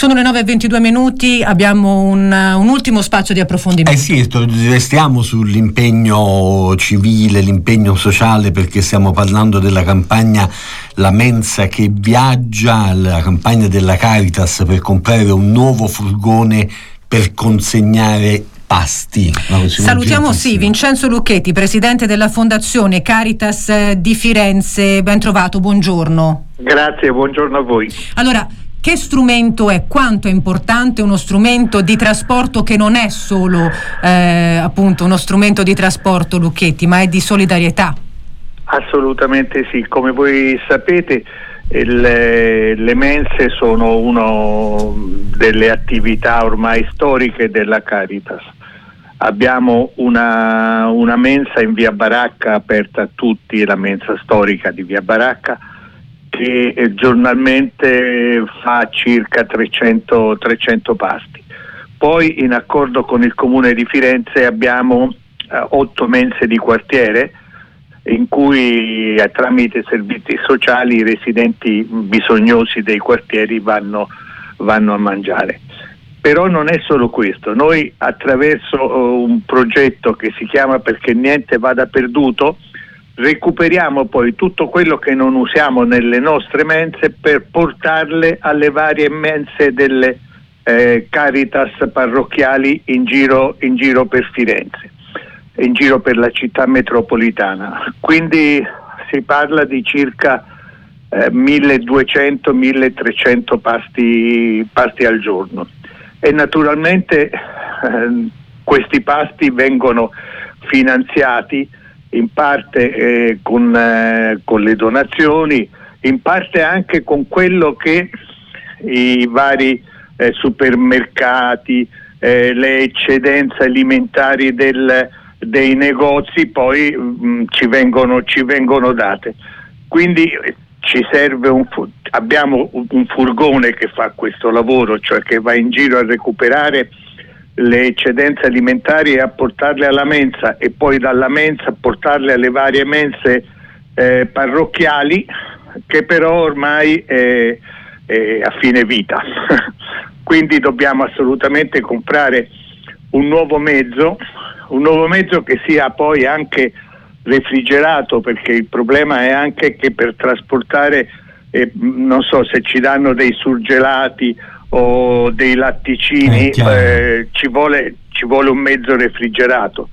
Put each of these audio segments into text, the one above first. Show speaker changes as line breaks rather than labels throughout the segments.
Sono le 9:22, abbiamo un ultimo spazio di approfondimento.
Sì, restiamo sull'impegno civile, l'impegno sociale, perché stiamo parlando della campagna La Mensa che viaggia, la campagna della Caritas per comprare un nuovo furgone per consegnare pasti.
Salutiamo Vincenzo Lucchetti, presidente della Fondazione Caritas di Firenze. Ben trovato, buongiorno.
Grazie, buongiorno a voi.
Allora, che strumento è? Quanto è importante uno strumento di trasporto che non è solo appunto uno strumento di trasporto, Lucchetti, ma è di solidarietà?
Assolutamente sì, come voi sapete le mense sono una delle attività ormai storiche della Caritas. Abbiamo una mensa in via Baracca aperta a tutti, la mensa storica di via Baracca, che giornalmente fa circa 300 pasti. Poi, in accordo con il Comune di Firenze, abbiamo 8 mense di quartiere in cui tramite servizi sociali i residenti bisognosi dei quartieri vanno a mangiare. Però non è solo questo, noi attraverso un progetto che si chiama Perché niente vada perduto recuperiamo poi tutto quello che non usiamo nelle nostre mense per portarle alle varie mense delle Caritas parrocchiali in giro per Firenze, in giro per la città metropolitana. Quindi si parla di circa 1200-1300 pasti al giorno, e naturalmente questi pasti vengono finanziati in parte con le donazioni, in parte anche con quello che i vari supermercati, le eccedenze alimentari dei negozi poi ci vengono date. Quindi ci serve abbiamo un furgone che fa questo lavoro, cioè che va in giro a recuperare le eccedenze alimentari e a portarle alla mensa, e poi dalla mensa a portarle alle varie mense parrocchiali, che però ormai è a fine vita. Quindi dobbiamo assolutamente comprare un nuovo mezzo che sia poi anche refrigerato, perché il problema è anche che per trasportare non so se ci danno dei surgelati o dei latticini, ci vuole un mezzo refrigerato,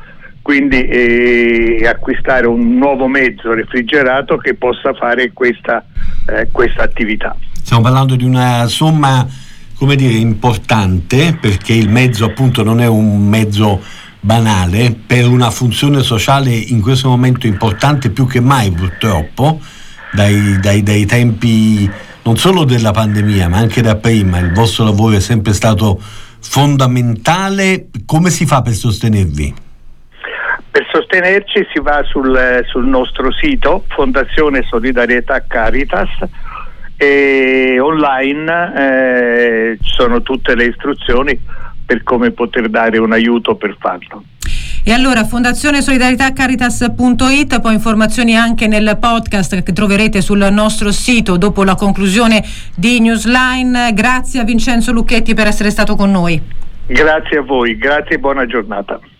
quindi acquistare un nuovo mezzo refrigerato che possa fare questa attività.
Stiamo parlando di una somma, come dire, importante, perché il mezzo appunto non è un mezzo banale, per una funzione sociale in questo momento importante più che mai, purtroppo, dai tempi non solo della pandemia ma anche da prima. Il vostro lavoro è sempre stato fondamentale. Come si fa per sostenervi?
Per sostenerci si va sul nostro sito Fondazione Solidarietà Caritas, e online ci sono tutte le istruzioni per come poter dare un aiuto per farlo.
E allora fondazionesolidarietacaritas.it, poi informazioni anche nel podcast che troverete sul nostro sito dopo la conclusione di Newsline. Grazie a Vincenzo Lucchetti per essere stato con noi.
Grazie a voi, grazie e buona giornata.